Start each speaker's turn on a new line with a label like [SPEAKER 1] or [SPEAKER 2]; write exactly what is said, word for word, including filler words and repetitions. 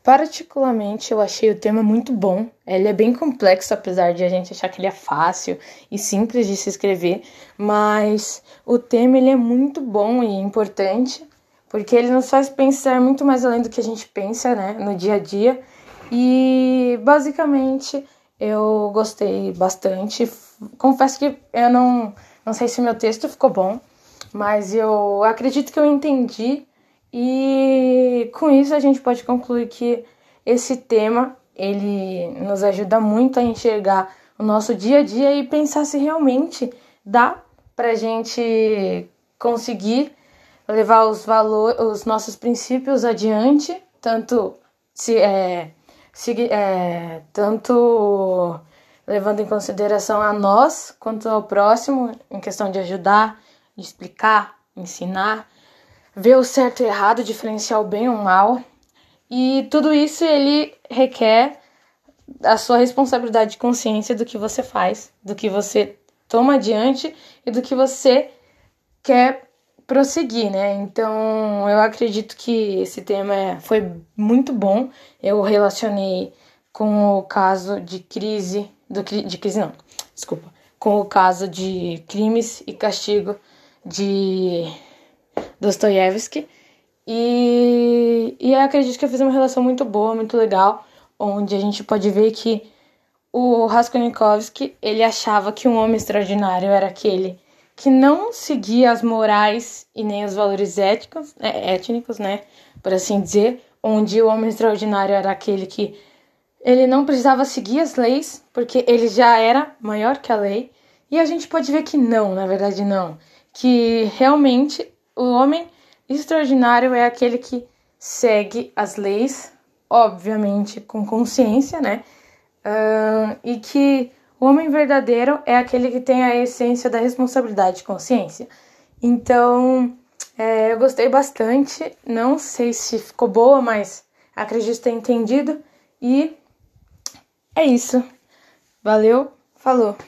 [SPEAKER 1] Particularmente, eu achei o tema muito bom. Ele é bem complexo, apesar de a gente achar que ele é fácil e simples de se escrever, mas o tema ele é muito bom e importante, porque ele nos faz pensar muito mais além do que a gente pensa, né, no dia a dia. E, basicamente, eu gostei bastante. Confesso que eu não, não sei se meu texto ficou bom, mas eu acredito que eu entendi. E com isso a gente pode concluir que esse tema, ele nos ajuda muito a enxergar o nosso dia a dia e pensar se realmente dá pra gente conseguir levar os valores, os nossos princípios adiante, tanto se é, se, é tanto levando em consideração a nós quanto ao próximo, em questão de ajudar, de explicar, ensinar, ver o certo e errado, diferenciar o bem e o mal. E tudo isso ele requer a sua responsabilidade de consciência do que você faz, do que você toma adiante e do que você quer prosseguir, né? Então, eu acredito que esse tema foi muito bom. Eu relacionei com o caso de crise, do, de crise não, desculpa, com o caso de Crimes e Castigo de Dostoiévski, e, e eu acredito que eu fiz uma relação muito boa, muito legal, onde a gente pode ver que o Raskolnikov, ele achava que um homem extraordinário era aquele que não seguia as morais e nem os valores éticos, é, étnicos, né, por assim dizer, onde o homem extraordinário era aquele que ele não precisava seguir as leis, porque ele já era maior que a lei, e a gente pode ver que não, na verdade não, que realmente o homem extraordinário é aquele que segue as leis, obviamente com consciência, né? Uh, e que o homem verdadeiro é aquele que tem a essência da responsabilidade e consciência. Então, é, eu gostei bastante. Não sei se ficou boa, mas acredito ter entendido. E é isso. Valeu, falou!